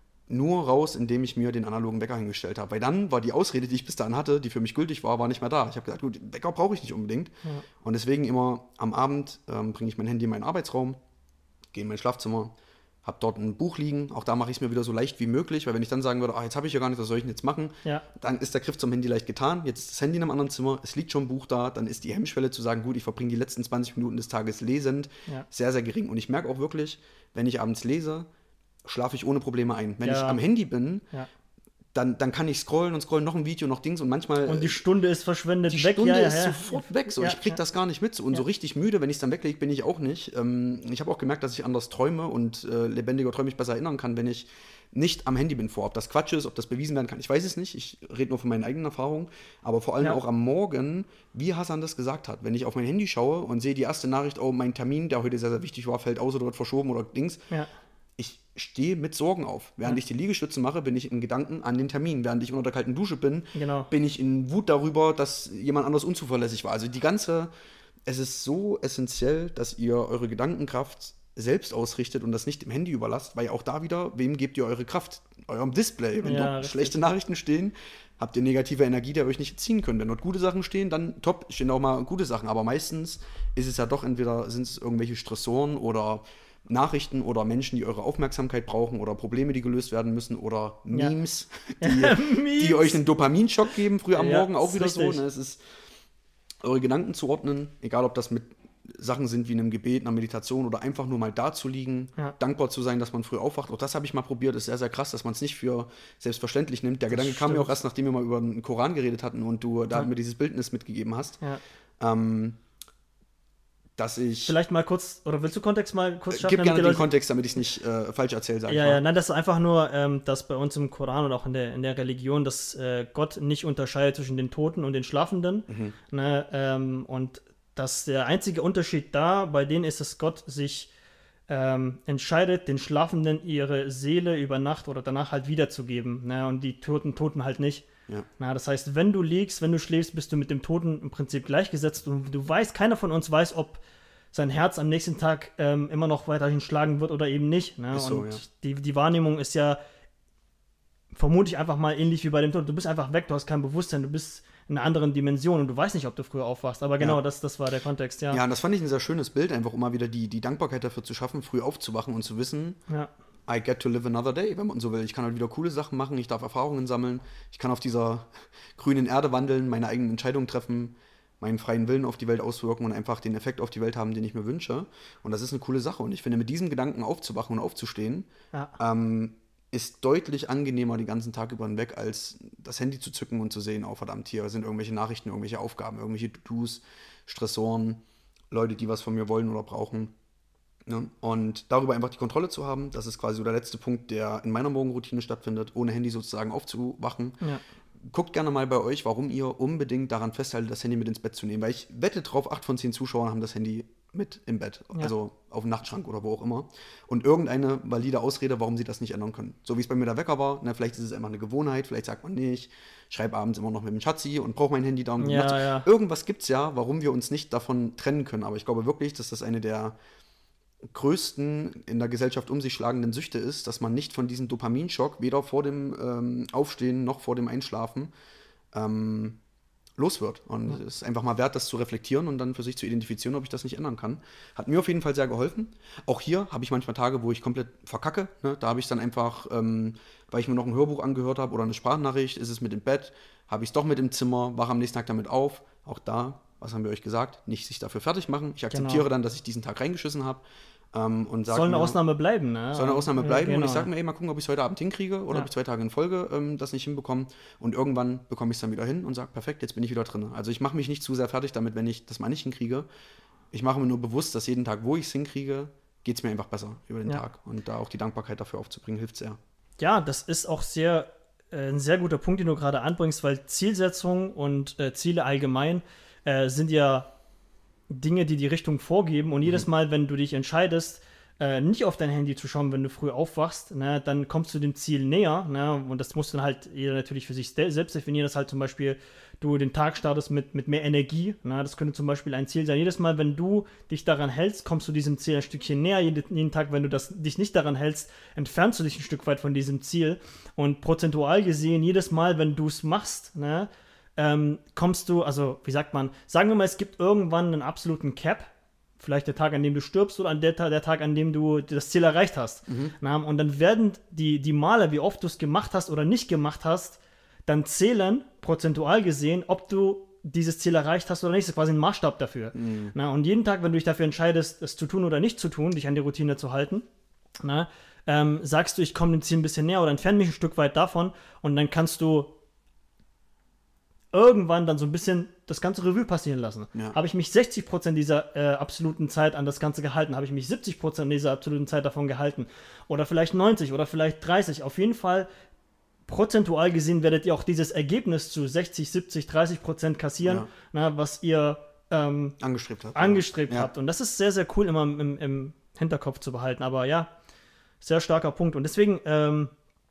nur raus, indem ich mir den analogen Wecker hingestellt habe. Weil dann war die Ausrede, die ich bis dahin hatte, die für mich gültig war, war nicht mehr da. Ich habe gesagt, gut, den Wecker brauche ich nicht unbedingt. Ja. Und deswegen immer am Abend ähm, bringe ich mein Handy in meinen Arbeitsraum, gehe in mein Schlafzimmer, habe dort ein Buch liegen. Auch da mache ich es mir wieder so leicht wie möglich, weil wenn ich dann sagen würde, ah, jetzt habe ich ja gar nichts, was soll ich denn jetzt machen? Ja. Dann ist der Griff zum Handy leicht getan. Jetzt ist das Handy in einem anderen Zimmer, es liegt schon ein Buch da, dann ist die Hemmschwelle zu sagen, gut, ich verbringe die letzten zwanzig Minuten des Tages lesend, Ja. sehr, sehr gering. Und ich merke auch wirklich, wenn ich abends lese, schlafe ich ohne Probleme ein. Wenn Ja. ich am Handy bin, Ja. dann, dann kann ich scrollen und scrollen, noch ein Video, noch Dings und manchmal. Und die Stunde ist verschwendet die weg. Stunde ja, ja, ist ja. sofort weg. So. Ja, ich krieg ja. das gar nicht mit. Und Ja. so richtig müde, wenn ich es dann weglege, bin ich auch nicht. Ähm, ich habe auch gemerkt, dass ich anders träume und äh, lebendiger träume ich besser erinnern kann, wenn ich nicht am Handy bin vor. Ob das Quatsch ist, ob das bewiesen werden kann, ich weiß es nicht. Ich rede nur von meinen eigenen Erfahrungen. Aber vor allem Ja. auch am Morgen, wie Hassan das gesagt hat, wenn ich auf mein Handy schaue und sehe die erste Nachricht, oh, mein Termin, der heute sehr, sehr wichtig war, fällt aus oder wird verschoben oder Dings. Ja. Ich stehe mit Sorgen auf. Während Ja. ich die Liegestützen mache, bin ich in Gedanken an den Termin. Während ich unter der kalten Dusche bin, Genau. bin ich in Wut darüber, dass jemand anders unzuverlässig war. Also die ganze, es ist so essentiell, dass ihr eure Gedankenkraft selbst ausrichtet und das nicht im Handy überlasst, weil auch da wieder, wem gebt ihr eure Kraft? Eurem Display. Wenn Ja, dort richtig. schlechte Nachrichten stehen, habt ihr negative Energie, der euch nicht ziehen können. Wenn dort gute Sachen stehen, dann top, stehen auch mal gute Sachen. Aber meistens ist es ja doch entweder sind es irgendwelche Stressoren oder Nachrichten oder Menschen, die eure Aufmerksamkeit brauchen oder Probleme, die gelöst werden müssen oder Ja. Memes, die, die euch einen Dopaminschock geben, früh am Ja, Morgen auch ist wieder so. richtig. Ne? Es ist eure Gedanken zu ordnen, egal ob das mit Sachen sind wie in einem Gebet, einer Meditation oder einfach nur mal da zu liegen, Ja. dankbar zu sein, dass man früh aufwacht. Auch das habe ich mal probiert, ist sehr, sehr krass, dass man es nicht für selbstverständlich nimmt. Der Das Gedanke kam mir stimmt. auch erst, nachdem wir mal über den Koran geredet hatten und du da Ja. mir dieses Bildnis mitgegeben hast, Ja. ähm, dass ich... Vielleicht mal kurz, oder willst du Kontext mal kurz schaffen? Gib damit gerne die den Leute- Kontext, damit ich es nicht äh, falsch erzähle, sag ich Ja, mal. ja, nein, das ist einfach nur, ähm, dass bei uns im Koran und auch in der, in der Religion, dass äh, Gott nicht unterscheidet zwischen den Toten und den Schlafenden. Mhm. Ne, ähm, und dass der einzige Unterschied da bei denen ist, dass Gott sich ähm, entscheidet, den Schlafenden ihre Seele über Nacht oder danach halt wiederzugeben. Ne, und die Toten, Toten halt nicht. Ja. Na, das heißt, wenn du liegst, wenn du schläfst, bist du mit dem Toten im Prinzip gleichgesetzt und du weißt, keiner von uns weiß, ob sein Herz am nächsten Tag ähm, immer noch weiterhin schlagen wird oder eben nicht. Ne? Ist so, und ja. die, die Wahrnehmung ist ja vermutlich einfach mal ähnlich wie bei dem Tod. Du bist einfach weg, du hast kein Bewusstsein, du bist in einer anderen Dimension und du weißt nicht, ob du früher aufwachst. Aber genau, Ja. das, das war der Kontext, ja. Ja, und das fand ich ein sehr schönes Bild, einfach um mal wieder die, die Dankbarkeit dafür zu schaffen, früh aufzuwachen und zu wissen, Ja. I get to live another day, wenn man so will. Ich kann halt wieder coole Sachen machen, ich darf Erfahrungen sammeln, ich kann auf dieser grünen Erde wandeln, meine eigenen Entscheidungen treffen, meinen freien Willen auf die Welt auswirken und einfach den Effekt auf die Welt haben, den ich mir wünsche. Und das ist eine coole Sache. Und ich finde, mit diesem Gedanken aufzuwachen und aufzustehen, Ja. ähm, ist deutlich angenehmer den ganzen Tag über hinweg, als das Handy zu zücken und zu sehen, oh verdammt, hier sind irgendwelche Nachrichten, irgendwelche Aufgaben, irgendwelche To-Dos, Stressoren, Leute, die was von mir wollen oder brauchen. Ne? Und darüber einfach die Kontrolle zu haben, das ist quasi so der letzte Punkt, der in meiner Morgenroutine stattfindet, ohne Handy sozusagen aufzuwachen. Ja. Guckt gerne mal bei euch, warum ihr unbedingt daran festhaltet, das Handy mit ins Bett zu nehmen. Weil ich wette drauf, acht von zehn Zuschauern haben das Handy mit im Bett. Ja. Also auf dem Nachtschrank oder wo auch immer. Und irgendeine valide Ausrede, warum sie das nicht ändern können. So wie es bei mir der Wecker war. Ne, vielleicht ist es einfach eine Gewohnheit. Vielleicht sagt man, nee, ich schreibe abends immer noch mit dem Schatzi und brauche mein Handy da. Um Ja, Nacht- ja. Irgendwas gibt es ja, warum wir uns nicht davon trennen können. Aber ich glaube wirklich, dass das eine der größten in der Gesellschaft um sich schlagenden Süchte ist, dass man nicht von diesem Dopaminschock weder vor dem ähm, Aufstehen noch vor dem Einschlafen ähm, los wird. Und es Ja. ist einfach mal wert, das zu reflektieren und dann für sich zu identifizieren, ob ich das nicht ändern kann. Hat mir auf jeden Fall sehr geholfen. Auch hier habe ich manchmal Tage, wo ich komplett verkacke. Ne? Da habe ich dann einfach, ähm, weil ich mir noch ein Hörbuch angehört habe oder eine Sprachnachricht, ist es mit im Bett, habe ich es doch mit im Zimmer, wache am nächsten Tag damit auf. Auch da, was haben wir euch gesagt? Nicht sich dafür fertig machen. Ich akzeptiere Genau. dann, dass ich diesen Tag reingeschissen habe. Ähm, und sag Soll eine mir, Ausnahme bleiben, ne? soll eine Ausnahme Ja, bleiben und genau. ich sage mir, ey, mal gucken, ob ich es heute Abend hinkriege oder Ja. ob ich zwei Tage in Folge ähm, das nicht hinbekomme und irgendwann bekomme ich es dann wieder hin und sage, perfekt, jetzt bin ich wieder drin. Also ich mache mich nicht zu sehr fertig damit, wenn ich das mal nicht hinkriege. Ich mache mir nur bewusst, dass jeden Tag, wo ich es hinkriege, geht es mir einfach besser über den Ja. Tag und da auch die Dankbarkeit dafür aufzubringen, hilft sehr. Ja, das ist auch sehr äh, ein sehr guter Punkt, den du gerade anbringst, weil Zielsetzung und äh, Ziele allgemein äh, sind ja Dinge, die die Richtung vorgeben. Und jedes Mal, wenn du dich entscheidest, äh, nicht auf dein Handy zu schauen, wenn du früh aufwachst, ne, dann kommst du dem Ziel näher. Ne, und das muss dann halt jeder natürlich für sich de- selbst definieren, dass halt zum Beispiel du den Tag startest mit, mit mehr Energie. Ne, das könnte zum Beispiel ein Ziel sein. Jedes Mal, wenn du dich daran hältst, kommst du diesem Ziel ein Stückchen näher. Jeden, jeden Tag, wenn du das, dich nicht daran hältst, entfernst du dich ein Stück weit von diesem Ziel. Und prozentual gesehen, jedes Mal, wenn du es machst, ne, ähm, kommst du, also wie sagt man, sagen wir mal, es gibt irgendwann einen absoluten Cap, vielleicht der Tag, an dem du stirbst oder an der, der Tag, an dem du das Ziel erreicht hast. Mhm. Na, und dann werden die, die Male, wie oft du es gemacht hast oder nicht gemacht hast, dann zählen, prozentual gesehen, ob du dieses Ziel erreicht hast oder nicht. Das ist quasi ein Maßstab dafür. Mhm. Na, und jeden Tag, wenn du dich dafür entscheidest, es zu tun oder nicht zu tun, dich an die Routine zu halten, na, ähm, sagst du, ich komme dem Ziel ein bisschen näher oder entferne mich ein Stück weit davon und dann kannst du irgendwann dann so ein bisschen das ganze Revue passieren lassen. Ja. Habe ich mich sechzig Prozent dieser äh, absoluten Zeit an das Ganze gehalten? Habe ich mich siebzig Prozent dieser absoluten Zeit davon gehalten? Oder vielleicht neunzig oder vielleicht dreißig? Auf jeden Fall, prozentual gesehen, werdet ihr auch dieses Ergebnis zu sechzig, siebzig, dreißig Prozent kassieren, Ja. na, was ihr ähm, Angestrebt hat. angestrebt Ja. habt. Und das ist sehr, sehr cool immer im, im Hinterkopf zu behalten. Aber ja, sehr starker Punkt. Und deswegen, ähm,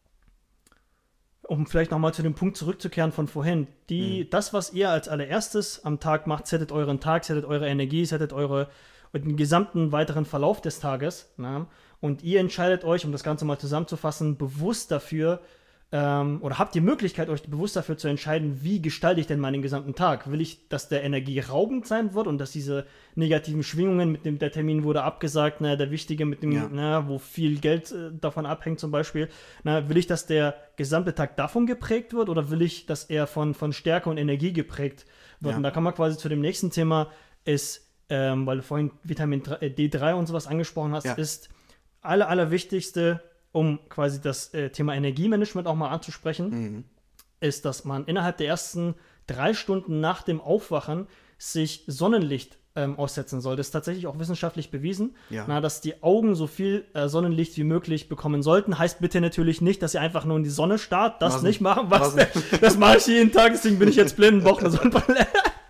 um vielleicht nochmal zu dem Punkt zurückzukehren von vorhin, die, Mhm. das, was ihr als allererstes am Tag macht, settet euren Tag, settet eure Energie, settet eure, den gesamten weiteren Verlauf des Tages. Na? Und ihr entscheidet euch, um das Ganze mal zusammenzufassen, bewusst dafür, ähm, oder habt die Möglichkeit, euch bewusst dafür zu entscheiden, wie gestalte ich denn meinen gesamten Tag? Will ich, dass der energieraubend sein wird und dass diese negativen Schwingungen, mit dem der Termin wurde abgesagt, na, der wichtige mit dem, Ja. na, wo viel Geld äh, davon abhängt zum Beispiel, na, will ich, dass der gesamte Tag davon geprägt wird oder will ich, dass er von, von Stärke und Energie geprägt wird? Ja. Und da kann man quasi zu dem nächsten Thema, ist ähm, weil du vorhin Vitamin D drei und sowas angesprochen hast, Ja. ist aller, allerwichtigste, um quasi das äh, Thema Energiemanagement auch mal anzusprechen, Mhm. ist, dass man innerhalb der ersten drei Stunden nach dem Aufwachen sich Sonnenlicht ähm, aussetzen soll. Das ist tatsächlich auch wissenschaftlich bewiesen, Ja. na, dass die Augen so viel äh, Sonnenlicht wie möglich bekommen sollten. Heißt bitte natürlich nicht, dass ihr einfach nur in die Sonne starrt. Das Was nicht denn? machen. Was Was denn? Das mache ich jeden Tag, deswegen bin ich jetzt blind und brauche eine Sonnenbrille.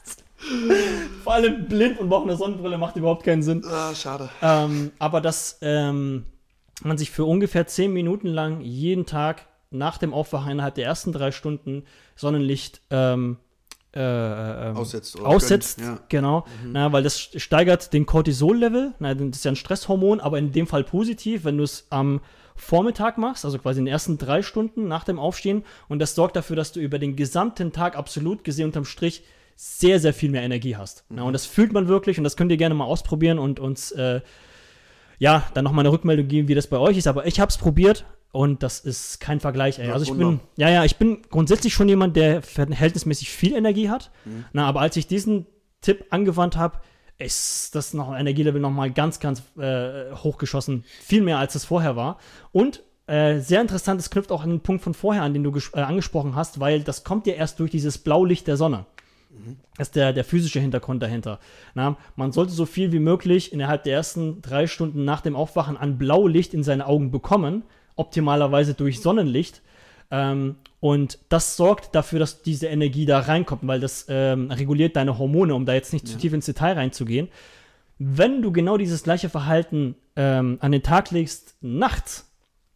Vor allem blind und brauche eine Sonnenbrille macht überhaupt keinen Sinn. Ah, schade. Ähm, aber dass ähm, man sich für ungefähr zehn Minuten lang jeden Tag nach dem Aufwachen innerhalb der ersten drei Stunden Sonnenlicht ähm, äh, ähm, Aussetzt. Oder aussetzt, gönnt, ja. genau, na, weil das steigert den Cortisol-Level, na, das ist ja ein Stresshormon, aber in dem Fall positiv, wenn du es am Vormittag machst, also quasi in den ersten drei Stunden nach dem Aufstehen, und das sorgt dafür, dass du über den gesamten Tag absolut gesehen unterm Strich sehr, sehr viel mehr Energie hast. Mhm. Na, und das fühlt man wirklich, und das könnt ihr gerne mal ausprobieren und uns äh, ja, dann nochmal eine Rückmeldung geben, wie das bei euch ist, aber ich habe es probiert und das ist kein Vergleich, ey. Ja, Also ich Wunder. bin, ja, ja, ich bin grundsätzlich schon jemand, der verhältnismäßig viel Energie hat. Mhm. Na, aber als ich diesen Tipp angewandt habe, ist das noch Energielevel nochmal ganz, ganz äh, hochgeschossen. Viel mehr, als es vorher war. Und äh, sehr interessant, es knüpft auch an den Punkt von vorher an, den du ges- äh, angesprochen hast, weil das kommt ja erst durch dieses Blaulicht der Sonne. Das ist der, der physische Hintergrund dahinter. Na, man sollte so viel wie möglich innerhalb der ersten drei Stunden nach dem Aufwachen an Blaulicht in seine Augen bekommen, optimalerweise durch Sonnenlicht. Ähm, und das sorgt dafür, dass diese Energie da reinkommt, weil das ähm, reguliert deine Hormone, um da jetzt nicht Ja. zu tief ins Detail reinzugehen. Wenn du genau dieses gleiche Verhalten ähm, an den Tag legst nachts,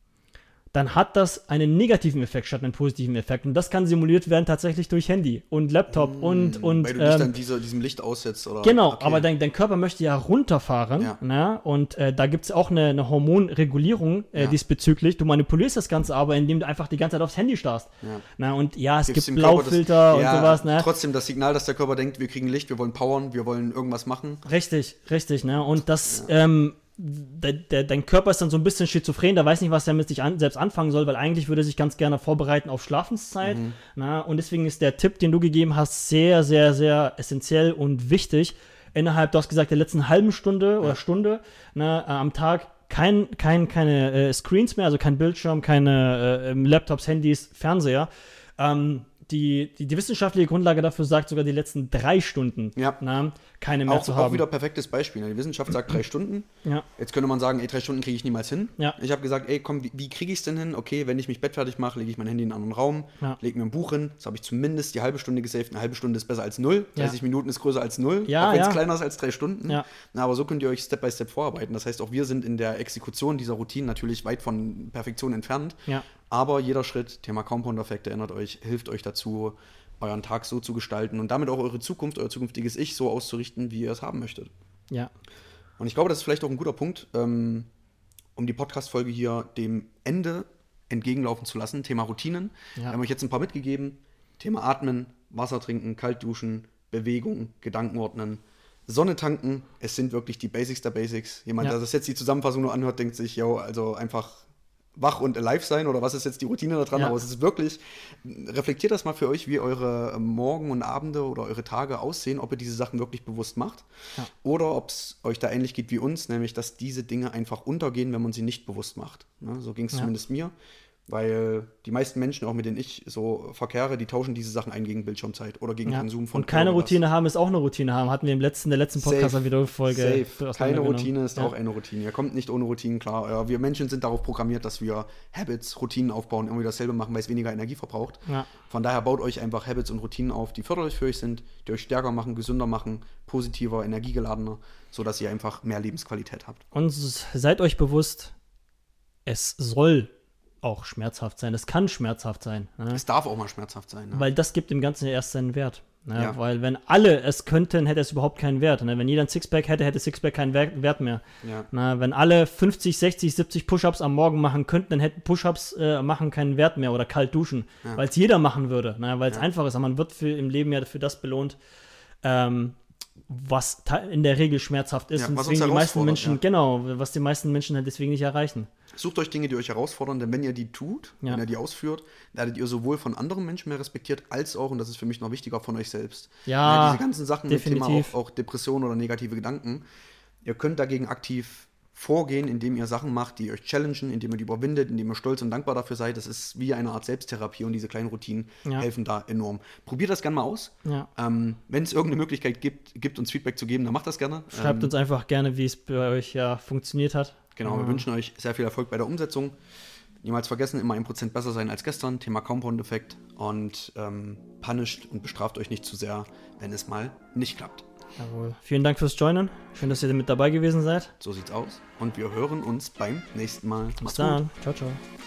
dann hat das einen negativen Effekt statt einen positiven Effekt. Und das kann simuliert werden tatsächlich durch Handy und Laptop und, und Weil du dich ähm, dann diese, diesem Licht aussetzt, oder? genau, Okay. aber dein, dein Körper möchte ja runterfahren, Ja. ne? Und äh, da gibt es auch eine, eine Hormonregulierung äh, Ja. diesbezüglich. Du manipulierst das Ganze aber, indem du einfach die ganze Zeit aufs Handy starrst. Ja. Na, und ja, es Gibst gibt dem Körper Blaufilter das, ja, und sowas, ne? Trotzdem das Signal, dass der Körper denkt, wir kriegen Licht, wir wollen powern, wir wollen irgendwas machen. Richtig, richtig, ne? Und das, ähm, der, der, dein Körper ist dann so ein bisschen schizophren, der weiß nicht, was er mit sich an, selbst anfangen soll, weil eigentlich würde er sich ganz gerne vorbereiten auf Schlafenszeit. Mhm. Na? Und deswegen ist der Tipp, den du gegeben hast, sehr, sehr, sehr essentiell und wichtig. Innerhalb, du hast gesagt, der letzten halben Stunde oder Stunde na, äh, am Tag kein, kein, keine äh, Screens mehr, also kein Bildschirm, keine äh, Laptops, Handys, Fernseher. Ähm, die, die, die wissenschaftliche Grundlage dafür sagt sogar die letzten drei Stunden Ja. na, keine mehr Auch, zu auch haben. wieder perfektes Beispiel. Die Wissenschaft sagt drei Stunden. Ja. Jetzt könnte man sagen, ey, drei Stunden kriege ich niemals hin. Ja. Ich habe gesagt, ey, komm, wie, wie kriege ich es denn hin? Okay, wenn ich mich bettfertig mache, lege ich mein Handy in einen anderen Raum, Ja. lege mir ein Buch hin. Das habe ich zumindest die halbe Stunde gesaved. Eine halbe Stunde ist besser als null. Ja. dreißig Minuten ist größer als null. Ja, auch wenn es ja. kleiner ist als drei Stunden. Ja. Na, aber so könnt ihr euch Step by Step vorarbeiten. Das heißt, auch wir sind in der Exekution dieser Routinen natürlich weit von Perfektion entfernt. Ja. Aber jeder Schritt, Thema Compound-Effekt, erinnert euch, hilft euch dazu, euren Tag so zu gestalten und damit auch eure Zukunft, euer zukünftiges Ich so auszurichten, wie ihr es haben möchtet. Ja. Und ich glaube, das ist vielleicht auch ein guter Punkt, ähm, um die Podcast-Folge hier dem Ende entgegenlaufen zu lassen. Thema Routinen. Ja. Wir haben euch jetzt ein paar mitgegeben. Thema Atmen, Wasser trinken, kalt duschen, Bewegung, Gedanken ordnen, Sonne tanken. Es sind wirklich die Basics der Basics. Jemand, Ja. der das jetzt die Zusammenfassung nur anhört, denkt sich, yo, also einfach wach und alive sein oder was ist jetzt die Routine da dran? Ja. Aber es ist wirklich, reflektiert das mal für euch, wie eure Morgen und Abende oder eure Tage aussehen, ob ihr diese Sachen wirklich bewusst macht Ja. oder ob es euch da ähnlich geht wie uns, nämlich, dass diese Dinge einfach untergehen, wenn man sie nicht bewusst macht. Ne? So ging es Ja. zumindest mir, weil die meisten Menschen, auch mit denen ich so verkehre, die tauschen diese Sachen ein gegen Bildschirmzeit oder gegen Ja. Konsum von Und keine irgendwas. Routine haben ist auch eine Routine haben. Hatten wir im letzten, der letzten Podcast Safe. wieder Folge. Safe. Keine auseinandergenommen. Routine ist ja. auch eine Routine. Ihr kommt nicht ohne Routinen klar. Ja, wir Menschen sind darauf programmiert, dass wir Habits, Routinen aufbauen, irgendwie dasselbe machen, weil es weniger Energie verbraucht. Ja. Von daher baut euch einfach Habits und Routinen auf, die förderlich für euch sind, die euch stärker machen, gesünder machen, positiver, energiegeladener, sodass ihr einfach mehr Lebensqualität habt. Und seid euch bewusst, es soll auch schmerzhaft sein. Es kann schmerzhaft sein. Ne? Es darf auch mal schmerzhaft sein. Ne? Weil das gibt dem Ganzen ja erst seinen Wert. Ne? Ja. Weil wenn alle es könnten, hätte es überhaupt keinen Wert. Ne? Wenn jeder ein Sixpack hätte, hätte Sixpack keinen Wert Wert mehr. Ja. Na, wenn alle fünfzig, sechzig, siebzig Push-Ups am Morgen machen könnten, dann hätten Push-Ups äh, machen keinen Wert mehr oder kalt duschen. Ja. Weil es jeder machen würde. Ne? Weil es Ja. einfach ist. Aber man wird für, im Leben ja für das belohnt, ähm, was in der Regel schmerzhaft ist Ja, und was uns deswegen die meisten herausfordert, Menschen, ja. genau, was die meisten Menschen halt deswegen nicht erreichen. Sucht euch Dinge, die euch herausfordern, denn wenn ihr die tut, Ja. wenn ihr die ausführt, werdet ihr sowohl von anderen Menschen mehr respektiert, als auch, und das ist für mich noch wichtiger, von euch selbst. Ja, diese ganzen Sachen mit Thema definitiv. auch, auch Depressionen oder negative Gedanken, ihr könnt dagegen aktiv vorgehen, indem ihr Sachen macht, die euch challengen, indem ihr die überwindet, indem ihr stolz und dankbar dafür seid. Das ist wie eine Art Selbsttherapie und diese kleinen Routinen Ja. helfen da enorm. Probiert das gerne mal aus. Ja. Ähm, wenn es irgendeine Möglichkeit gibt, gibt uns Feedback zu geben, dann macht das gerne. Schreibt ähm, uns einfach gerne, wie es bei euch ja funktioniert hat. Genau, wir Ja. wünschen euch sehr viel Erfolg bei der Umsetzung. Niemals vergessen, immer ein Prozent besser sein als gestern. Thema Compound-Effekt. Und ähm, punisht und bestraft euch nicht zu sehr, wenn es mal nicht klappt. Jawohl. Vielen Dank fürs Joinen. Schön, dass ihr mit dabei gewesen seid. So sieht's aus. Und wir hören uns beim nächsten Mal. Bis Macht's dann. gut. Ciao, ciao.